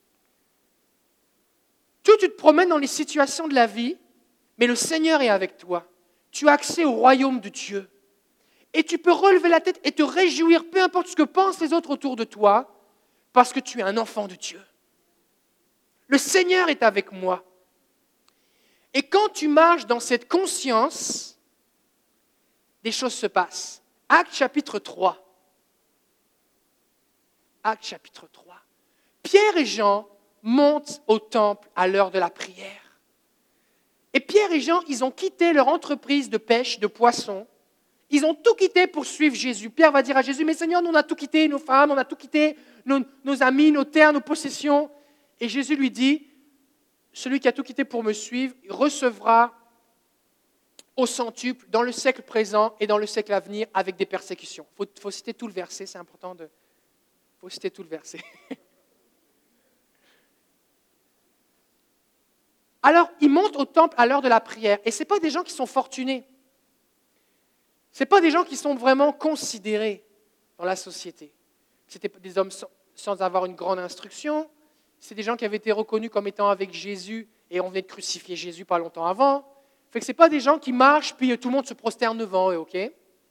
Toi, tu te promènes dans les situations de la vie, mais le Seigneur est avec toi. Tu as accès au royaume de Dieu. Et tu peux relever la tête et te réjouir, peu importe ce que pensent les autres autour de toi, parce que tu es un enfant de Dieu. Le Seigneur est avec moi. Et quand tu marches dans cette conscience, des choses se passent. Actes chapitre trois. Actes chapitre trois. Pierre et Jean montent au temple à l'heure de la prière. Et Pierre et Jean, ils ont quitté leur entreprise de pêche, de poissons. Ils ont tout quitté pour suivre Jésus. Pierre va dire à Jésus, « Mais Seigneur, nous on a tout quitté, nos femmes, on a tout quitté, nos, nos amis, nos terres, nos possessions. » Et Jésus lui dit, « Celui qui a tout quitté pour me suivre recevra au centuple dans le siècle présent et dans le siècle à venir avec des persécutions. » Il faut, faut citer tout le verset, c'est important de... Il faut citer tout le verset. Alors, ils montent au temple à l'heure de la prière. Et ce n'est pas des gens qui sont fortunés. Ce n'est pas des gens qui sont vraiment considérés dans la société. C'était des hommes sans, sans avoir une grande instruction. C'est des gens qui avaient été reconnus comme étant avec Jésus et on venait de crucifier Jésus pas longtemps avant. Fait que ce n'est pas des gens qui marchent puis tout le monde se prosterne devant eux, ok?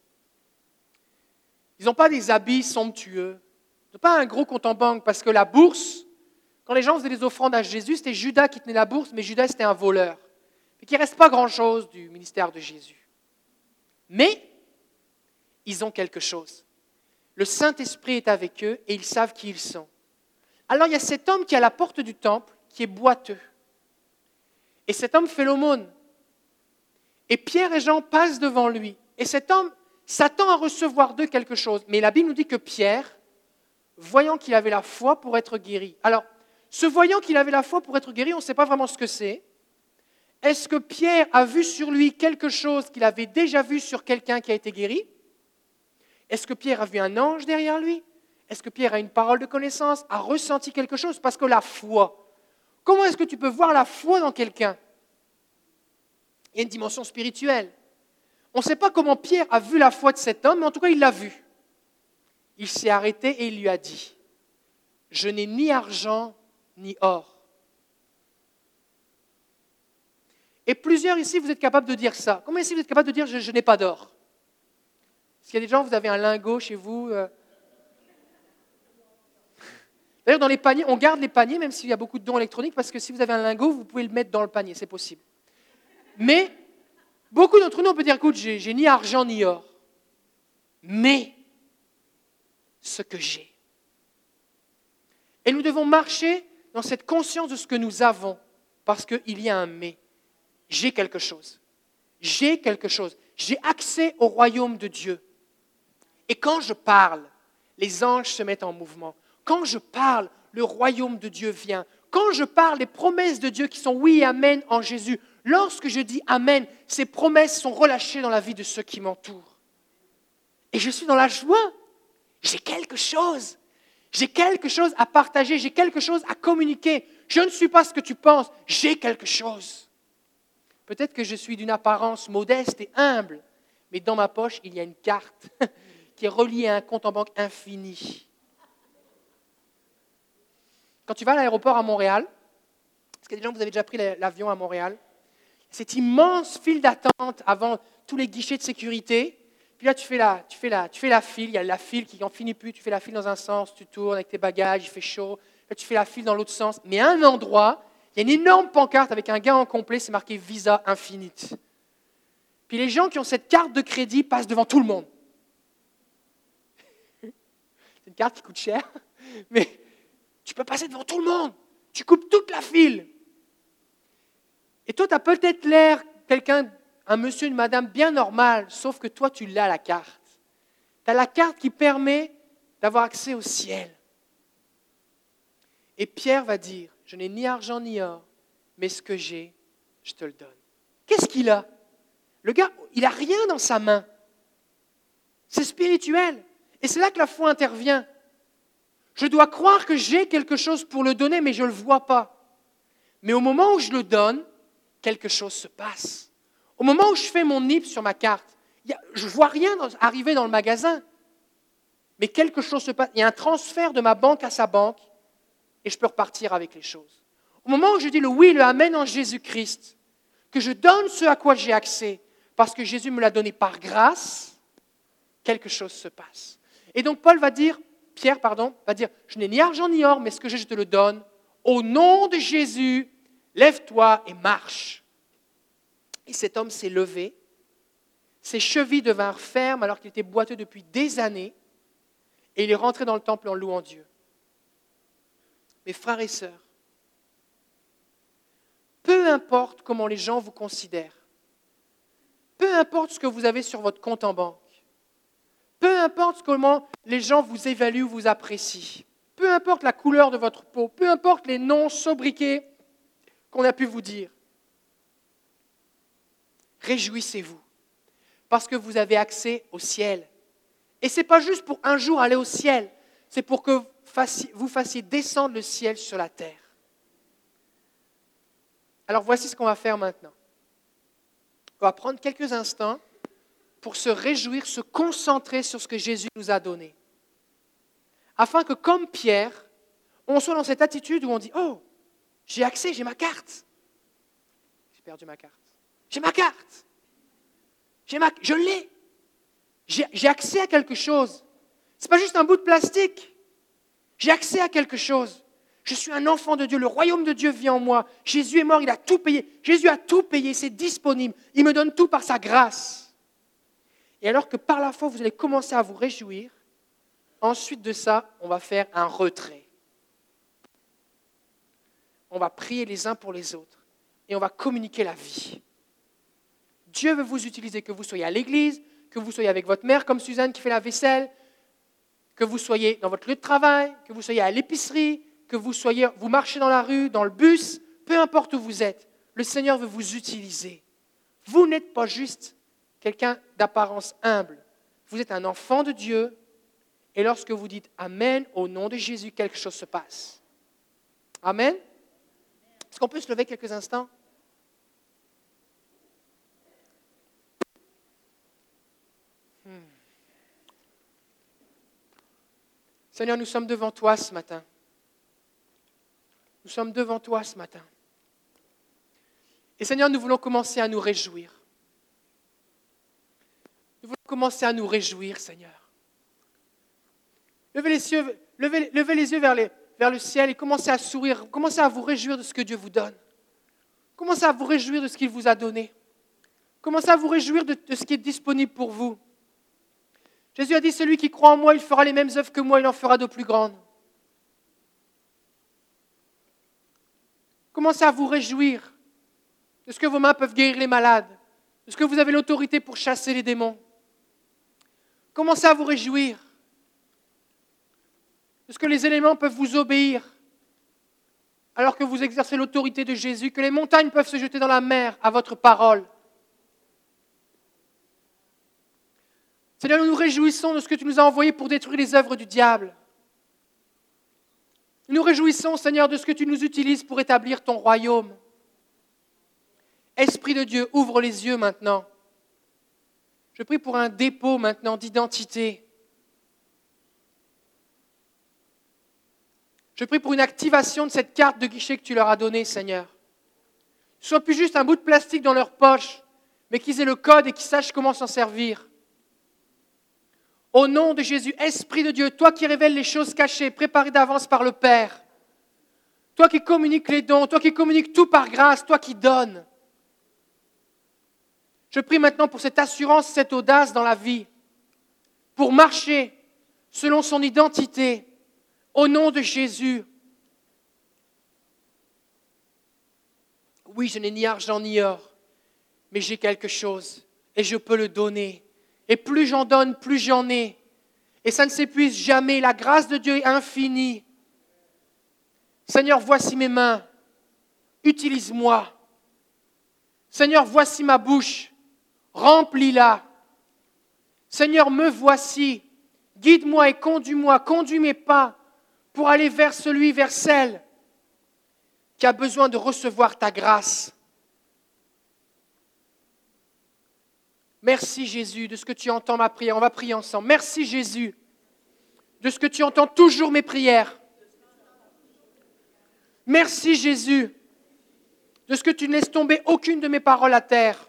Ils n'ont pas des habits somptueux. Ils n'ont pas un gros compte en banque parce que la bourse, quand les gens faisaient des offrandes à Jésus, c'était Judas qui tenait la bourse, mais Judas c'était un voleur. Et qu'il ne reste pas grand-chose du ministère de Jésus. Mais ils ont quelque chose. Le Saint-Esprit est avec eux et ils savent qui ils sont. Alors il y a cet homme qui est à la porte du temple, qui est boiteux. Et cet homme fait l'aumône. Et Pierre et Jean passent devant lui. Et cet homme s'attend à recevoir d'eux quelque chose. Mais la Bible nous dit que Pierre, voyant qu'il avait la foi pour être guéri. Alors, ce voyant qu'il avait la foi pour être guéri, on ne sait pas vraiment ce que c'est. Est-ce que Pierre a vu sur lui quelque chose qu'il avait déjà vu sur quelqu'un qui a été guéri? Est-ce que Pierre a vu un ange derrière lui? Est-ce que Pierre a une parole de connaissance, a ressenti quelque chose? Parce que la foi, comment est-ce que tu peux voir la foi dans quelqu'un? Il y a une dimension spirituelle. On ne sait pas comment Pierre a vu la foi de cet homme, mais en tout cas, il l'a vu. Il s'est arrêté et il lui a dit, « Je n'ai ni argent ni or. » Et plusieurs ici, vous êtes capables de dire ça. Comment ici vous êtes capables de dire « Je, je n'ai pas d'or » ? Est-ce qu'il y a des gens, vous avez un lingot chez vous euh... D'ailleurs, dans les paniers, on garde les paniers, même s'il y a beaucoup de dons électroniques, parce que si vous avez un lingot, vous pouvez le mettre dans le panier, c'est possible. Mais, beaucoup d'entre nous, on peut dire, écoute, j'ai, j'ai ni argent ni or, mais ce que j'ai. Et nous devons marcher dans cette conscience de ce que nous avons, parce qu'il y a un mais. J'ai quelque chose. J'ai quelque chose. J'ai accès au royaume de Dieu. Et quand je parle, les anges se mettent en mouvement. Quand je parle, le royaume de Dieu vient. Quand je parle, les promesses de Dieu qui sont oui et amen en Jésus, lorsque je dis amen, ces promesses sont relâchées dans la vie de ceux qui m'entourent. Et je suis dans la joie. J'ai quelque chose. J'ai quelque chose à partager. J'ai quelque chose à communiquer. Je ne suis pas ce que tu penses. J'ai quelque chose. Peut-être que je suis d'une apparence modeste et humble, mais dans ma poche, il y a une carte qui est reliée à un compte en banque infini. Quand tu vas à l'aéroport à Montréal, est-ce qu'il y a des gens, vous avez déjà pris l'avion à Montréal? Cette immense file d'attente avant tous les guichets de sécurité. Puis là, tu fais la, tu fais la, tu fais la file, il y a la file qui n'en finit plus, tu fais la file dans un sens, tu tournes avec tes bagages, il fait chaud. Là, tu fais la file dans l'autre sens. Mais à un endroit, il y a une énorme pancarte avec un gars en complet, c'est marqué Visa Infinite. Puis les gens qui ont cette carte de crédit passent devant tout le monde. C'est une carte qui coûte cher, mais tu peux passer devant tout le monde. Tu coupes toute la file. Et toi, tu as peut-être l'air quelqu'un, un monsieur, une madame bien normal, sauf que toi, tu l'as la carte. Tu as la carte qui permet d'avoir accès au ciel. Et Pierre va dire, je n'ai ni argent ni or, mais ce que j'ai, je te le donne. Qu'est-ce qu'il a? Le gars, il n'a rien dans sa main. C'est spirituel. Et c'est là que la foi intervient. Je dois croire que j'ai quelque chose pour le donner, mais je ne le vois pas. Mais au moment où je le donne, quelque chose se passe. Au moment où je fais mon N I P sur ma carte, y a, je ne vois rien dans, arriver dans le magasin, mais quelque chose se passe. Il y a un transfert de ma banque à sa banque et je peux repartir avec les choses. Au moment où je dis le oui, le amen en Jésus-Christ, que je donne ce à quoi j'ai accès, parce que Jésus me l'a donné par grâce, quelque chose se passe. Et donc Paul va dire, Pierre, pardon, va dire, je n'ai ni argent ni or, mais ce que j'ai, je te le donne. Au nom de Jésus, lève-toi et marche. Et cet homme s'est levé. Ses chevilles devinrent fermes alors qu'il était boiteux depuis des années. Et il est rentré dans le temple en louant Dieu. Mes frères et sœurs, peu importe comment les gens vous considèrent, peu importe ce que vous avez sur votre compte en banque, peu importe comment les gens vous évaluent ou vous apprécient, peu importe la couleur de votre peau, peu importe les noms sobriquets qu'on a pu vous dire, réjouissez-vous parce que vous avez accès au ciel. Et ce n'est pas juste pour un jour aller au ciel, c'est pour que vous fassiez descendre le ciel sur la terre. Alors voici ce qu'on va faire maintenant. On va prendre quelques instants pour se réjouir, se concentrer sur ce que Jésus nous a donné. Afin que, comme Pierre, on soit dans cette attitude où on dit « Oh, j'ai accès, j'ai ma carte. » J'ai perdu ma carte. J'ai ma carte. J'ai ma... Je l'ai. J'ai, j'ai accès à quelque chose. Ce n'est pas juste un bout de plastique. J'ai accès à quelque chose. Je suis un enfant de Dieu. Le royaume de Dieu vit en moi. Jésus est mort, il a tout payé. Jésus a tout payé, c'est disponible. Il me donne tout par sa grâce. Et alors que par la foi, vous allez commencer à vous réjouir, ensuite de ça, on va faire un retrait. On va prier les uns pour les autres et on va communiquer la vie. Dieu veut vous utiliser, que vous soyez à l'église, que vous soyez avec votre mère comme Suzanne qui fait la vaisselle, que vous soyez dans votre lieu de travail, que vous soyez à l'épicerie, que vous soyez, vous marchez dans la rue, dans le bus, peu importe où vous êtes, le Seigneur veut vous utiliser. Vous n'êtes pas juste quelqu'un d'apparence humble. Vous êtes un enfant de Dieu et lorsque vous dites « Amen » au nom de Jésus, quelque chose se passe. Amen. Est-ce qu'on peut se lever quelques instants? Hmm. Seigneur, nous sommes devant toi ce matin. Nous sommes devant toi ce matin. Et Seigneur, nous voulons commencer à nous réjouir. Nous voulons commencer à nous réjouir, Seigneur. Levez les yeux, levez, levez les yeux vers, les, vers le ciel et commencez à sourire. Commencez à vous réjouir de ce que Dieu vous donne. Commencez à vous réjouir de ce qu'il vous a donné. Commencez à vous réjouir de, de ce qui est disponible pour vous. Jésus a dit, celui qui croit en moi, il fera les mêmes œuvres que moi, il en fera de plus grandes. Commencez à vous réjouir de ce que vos mains peuvent guérir les malades, de ce que vous avez l'autorité pour chasser les démons. Commencez à vous réjouir de ce que les éléments peuvent vous obéir alors que vous exercez l'autorité de Jésus, que les montagnes peuvent se jeter dans la mer à votre parole. Seigneur, nous nous réjouissons de ce que tu nous as envoyé pour détruire les œuvres du diable. Nous nous réjouissons, Seigneur, de ce que tu nous utilises pour établir ton royaume. Esprit de Dieu, ouvre les yeux maintenant. Je prie pour un dépôt maintenant d'identité. Je prie pour une activation de cette carte de guichet que tu leur as donnée, Seigneur. Que ce ne soit plus juste un bout de plastique dans leur poche, mais qu'ils aient le code et qu'ils sachent comment s'en servir. Au nom de Jésus, Esprit de Dieu, toi qui révèles les choses cachées, préparées d'avance par le Père, toi qui communiques les dons, toi qui communiques tout par grâce, toi qui donnes. Je prie maintenant pour cette assurance, cette audace dans la vie, pour marcher selon son identité, au nom de Jésus. Oui, je n'ai ni argent ni or, mais j'ai quelque chose et je peux le donner. Et plus j'en donne, plus j'en ai. Et ça ne s'épuise jamais. La grâce de Dieu est infinie. Seigneur, voici mes mains. Utilise-moi. Seigneur, voici ma bouche. Remplis-la. Seigneur, me voici. Guide-moi et conduis-moi. Conduis mes pas pour aller vers celui, vers celle qui a besoin de recevoir ta grâce. Merci Jésus de ce que tu entends ma prière. On va prier ensemble. Merci Jésus de ce que tu entends toujours mes prières. Merci Jésus de ce que tu ne laisses tomber aucune de mes paroles à terre.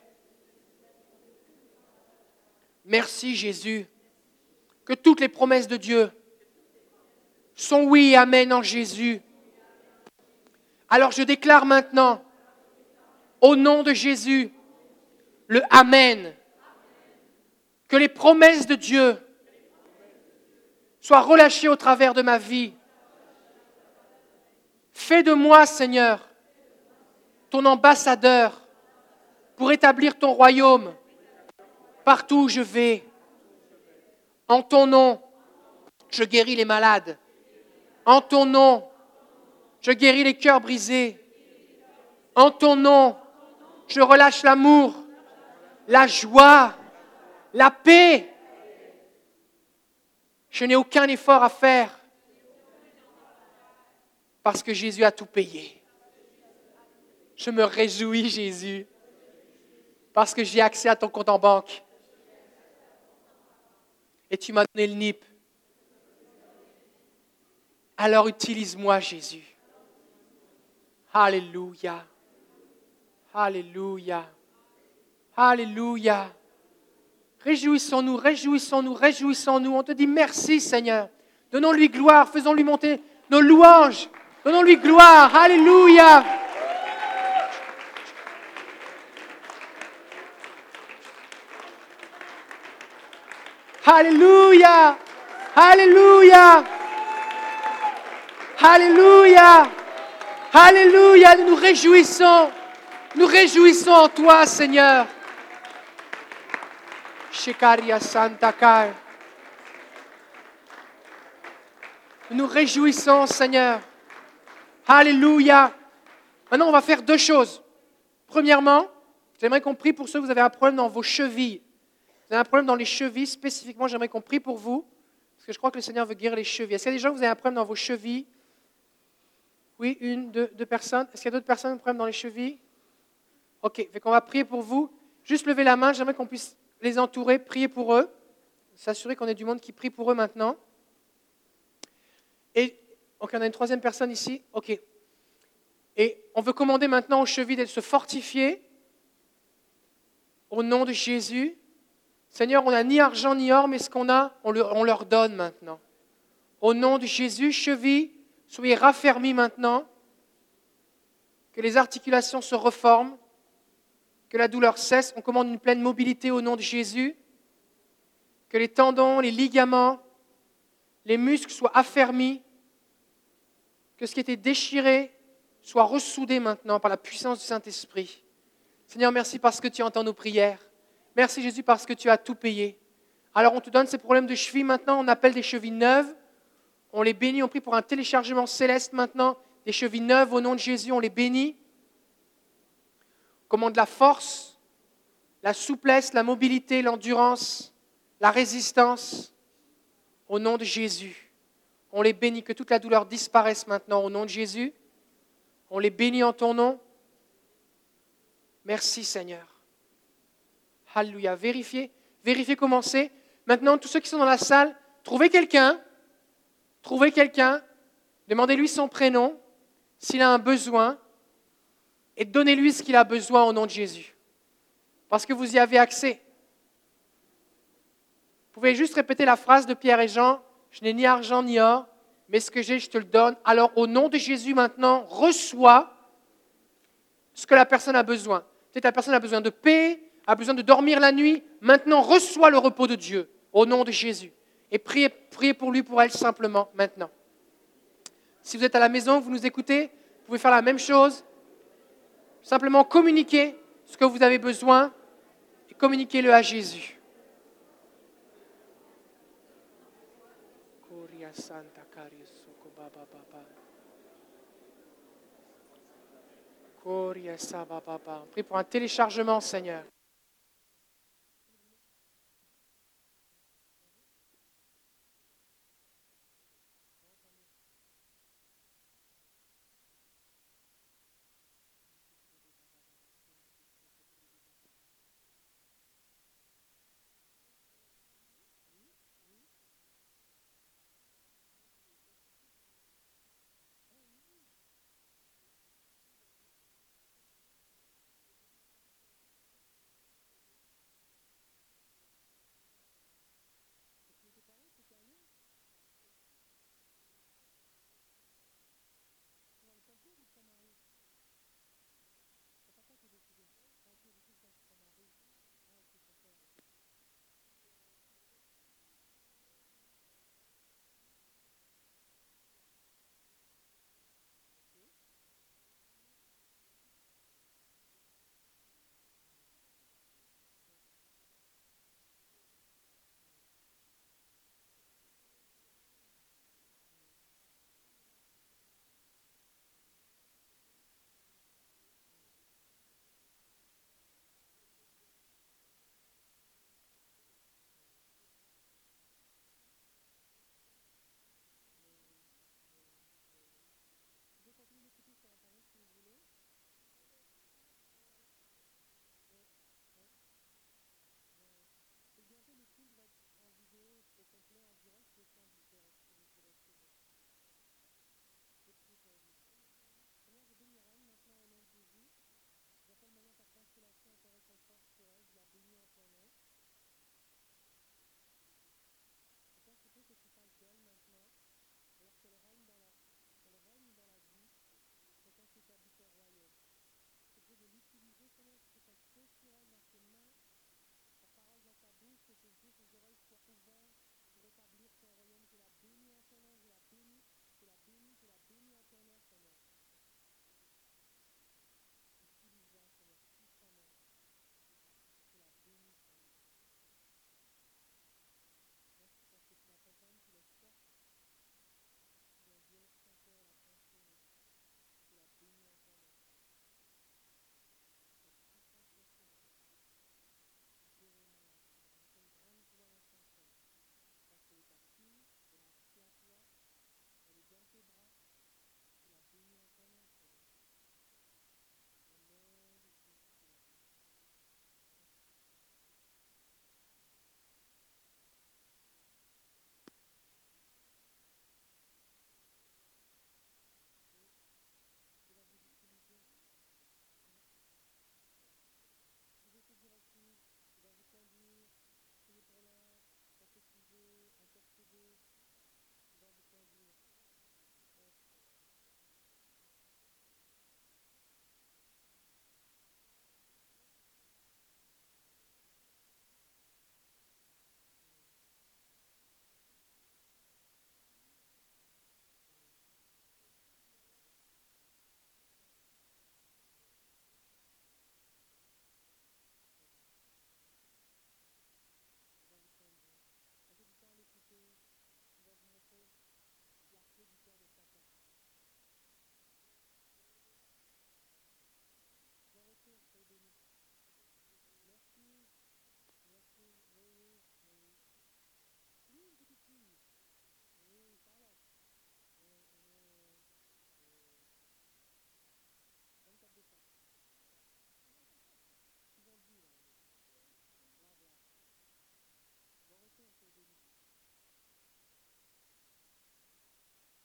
Merci Jésus que toutes les promesses de Dieu sont oui et amen en Jésus. Alors je déclare maintenant, au nom de Jésus, le amen. Que les promesses de Dieu soient relâchées au travers de ma vie. Fais de moi, Seigneur, ton ambassadeur pour établir ton royaume partout où je vais. En ton nom, je guéris les malades. En ton nom, je guéris les cœurs brisés. En ton nom, je relâche l'amour, la joie, la paix. Je n'ai aucun effort à faire parce que Jésus a tout payé. Je me réjouis, Jésus, parce que j'ai accès à ton compte en banque. Et tu m'as donné le N I P. Alors utilise-moi, Jésus. Alléluia. Alléluia. Alléluia. Réjouissons-nous, réjouissons-nous, réjouissons-nous. On te dit merci, Seigneur. Donnons-lui gloire, faisons-lui monter nos louanges. Donnons-lui gloire. Alléluia. Alléluia. Alléluia. Alléluia. Alléluia. Nous nous réjouissons. Nous réjouissons en toi, Seigneur. Shekaria Santa Kai. Nous nous réjouissons, Seigneur. Alléluia. Maintenant, on va faire deux choses. Premièrement, j'aimerais qu'on prie pour ceux que vous avez un problème dans vos chevilles. Vous avez un problème dans les chevilles, spécifiquement, j'aimerais qu'on prie pour vous, parce que je crois que le Seigneur veut guérir les chevilles. Est-ce qu'il y a des gens que vous avez un problème dans vos chevilles? Oui, une, deux, deux personnes. Est-ce qu'il y a d'autres personnes qui ont un problème dans les chevilles? Ok, fait qu'on va prier pour vous. Juste lever la main, j'aimerais qu'on puisse les entourer, prier pour eux, s'assurer qu'on ait du monde qui prie pour eux maintenant. Et, ok, on a une troisième personne ici, ok. Et on veut commander maintenant aux chevilles de se fortifier au nom de Jésus. Seigneur, on n'a ni argent ni or, mais ce qu'on a, on, le, on leur donne maintenant. Au nom de Jésus, chevilles, soyez raffermis maintenant, que les articulations se reforment, que la douleur cesse. On commande une pleine mobilité au nom de Jésus, que les tendons, les ligaments, les muscles soient affermis, que ce qui était déchiré soit ressoudé maintenant par la puissance du Saint-Esprit. Seigneur, merci parce que tu entends nos prières. Merci Jésus parce que tu as tout payé. Alors on te donne ces problèmes de cheville maintenant, on appelle des chevilles neuves. On les bénit, on prie pour un téléchargement céleste maintenant, des chevilles neuves au nom de Jésus, on les bénit. On commande la force, la souplesse, la mobilité, l'endurance, la résistance au nom de Jésus. On les bénit, que toute la douleur disparaisse maintenant au nom de Jésus. On les bénit en ton nom. Merci Seigneur. Alléluia. Vérifiez, vérifiez comment c'est. Maintenant, tous ceux qui sont dans la salle, trouvez quelqu'un, trouvez quelqu'un, demandez-lui son prénom, s'il a un besoin, et donnez-lui ce qu'il a besoin au nom de Jésus. Parce que vous y avez accès. Vous pouvez juste répéter la phrase de Pierre et Jean, je n'ai ni argent ni or, mais ce que j'ai, je te le donne. Alors, au nom de Jésus, maintenant, reçois ce que la personne a besoin. Peut-être la personne a besoin de paix, a besoin de dormir la nuit. Maintenant, reçois le repos de Dieu, au nom de Jésus. Et priez, priez pour lui, pour elle, simplement, maintenant. Si vous êtes à la maison, vous nous écoutez, vous pouvez faire la même chose. Simplement communiquez ce que vous avez besoin et communiquez-le à Jésus. On prie pour un téléchargement, Seigneur.